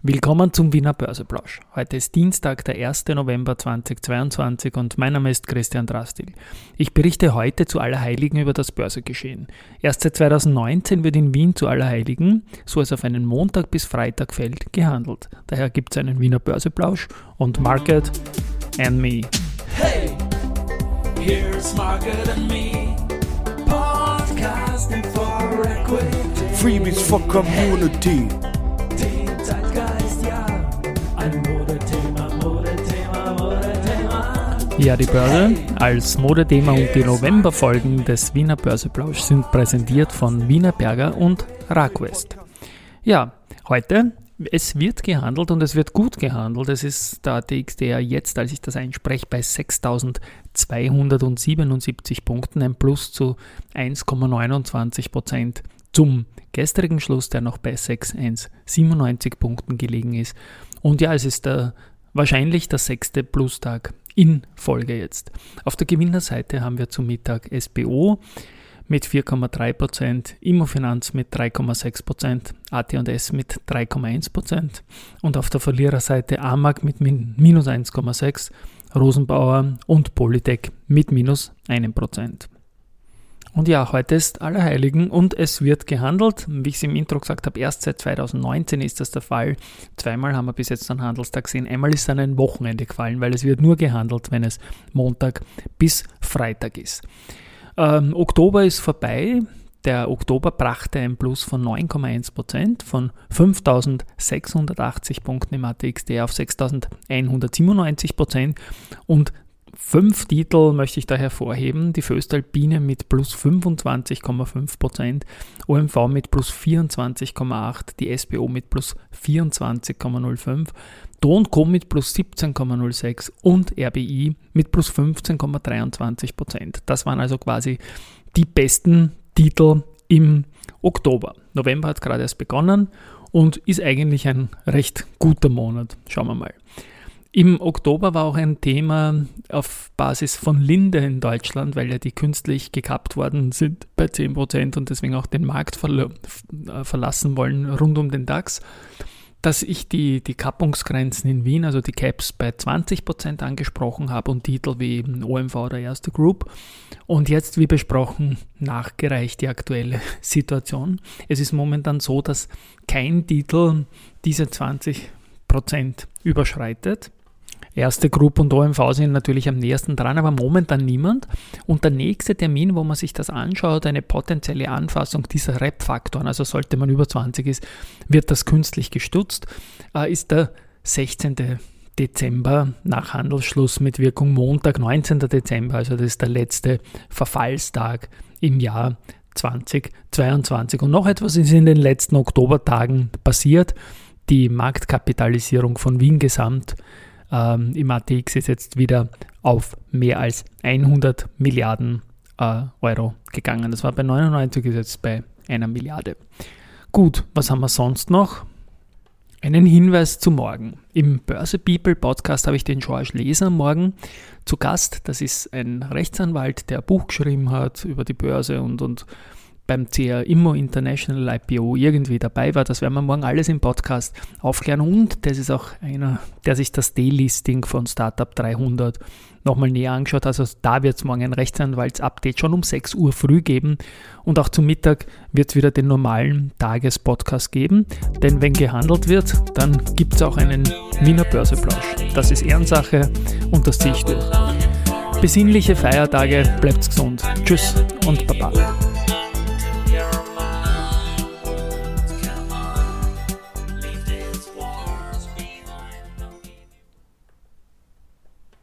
Willkommen zum Wiener Börseplausch. Heute ist Dienstag, der 1. November 2022 und mein Name ist Christian Drastil. Ich berichte heute zu Allerheiligen über das Börsegeschehen. Erst seit 2019 wird in Wien zu Allerheiligen, so es auf einen Montag bis Freitag fällt, gehandelt. Daher gibt es einen Wiener Börseplausch und Market and Me. Hey, here's Market and Me, podcasting for equity. Freebies for Community. Ja, die Börse als Modethema und die Novemberfolgen des Wiener Börseplausch sind präsentiert von Wienerberger und Raquest. Ja, heute, es wird gehandelt und es wird gut gehandelt. Es ist der ATX, der jetzt, als ich das einspreche, bei 6.277 Punkten, ein Plus zu 1,29% zum gestrigen Schluss, der noch bei 6.197 Punkten gelegen ist. Und ja, es ist wahrscheinlich der 6. Plustag in Folge jetzt. Auf der Gewinnerseite haben wir zum Mittag SBO mit 4,3%, Immofinanz mit 3,6%, AT&S mit 3,1% und auf der Verliererseite AMAG mit minus 1,6%, Rosenbauer und Polytech mit minus 1%. Und ja, heute ist Allerheiligen und es wird gehandelt. Wie ich es im Intro gesagt habe, erst seit 2019 ist das der Fall. Zweimal haben wir bis jetzt einen Handelstag gesehen. Einmal ist dann ein Wochenende gefallen, weil es wird nur gehandelt, wenn es Montag bis Freitag ist. Oktober ist vorbei. Der Oktober brachte ein Plus von 9,1% von 5.680 Punkten im ATXD auf 6.197% und 5 Titel möchte ich da hervorheben, die Voestalpine mit plus 25,5%, OMV mit plus 24,8%, die SBO mit plus 24,05%, Do & Co mit plus 17,06% und RBI mit plus 15,23%. Das waren also quasi die besten Titel im Oktober. November hat gerade erst begonnen und ist eigentlich ein recht guter Monat. Schauen wir mal. Im Oktober war auch ein Thema auf Basis von Linde in Deutschland, weil ja die künstlich gekappt worden sind bei 10% und deswegen auch den Markt verlassen wollen rund um den DAX, dass ich die Kappungsgrenzen in Wien, also die Caps bei 20% angesprochen habe und Titel wie OMV oder Erste Group. Und jetzt, wie besprochen, nachgereicht die aktuelle Situation. Es ist momentan so, dass kein Titel diese 20% überschreitet. Erste Group und OMV sind natürlich am nächsten dran, aber momentan niemand. Und der nächste Termin, wo man sich das anschaut, eine potenzielle Anpassung dieser REP-Faktoren, also sollte man über 20 ist, wird das künstlich gestutzt, ist der 16. Dezember nach Handelsschluss mit Wirkung Montag, 19. Dezember, also das ist der letzte Verfallstag im Jahr 2022. Und noch etwas ist in den letzten Oktobertagen passiert. Die Marktkapitalisierung von Wien Gesamt im ATX ist jetzt wieder auf mehr als 100 Milliarden Euro gegangen. Das war bei 99, ist jetzt bei 1 Milliarde. Gut, was haben wir sonst noch? Einen Hinweis zu morgen. Im Börse People Podcast habe ich den George Leser morgen zu Gast. Das ist ein Rechtsanwalt, der ein Buch geschrieben hat über die Börse und beim CR Immo International IPO irgendwie dabei war. Das werden wir morgen alles im Podcast aufklären. Und das ist auch einer, der sich das Delisting von Startup 300 nochmal näher angeschaut hat. Also da wird es morgen ein Rechtsanwalts-Update schon um 6 Uhr früh geben. Und auch zum Mittag wird es wieder den normalen Tagespodcast geben. Denn wenn gehandelt wird, dann gibt es auch einen Wiener Börseplausch. Das ist Ehrensache und das ziehe ich durch. Besinnliche Feiertage, bleibt's gesund. Tschüss und Baba.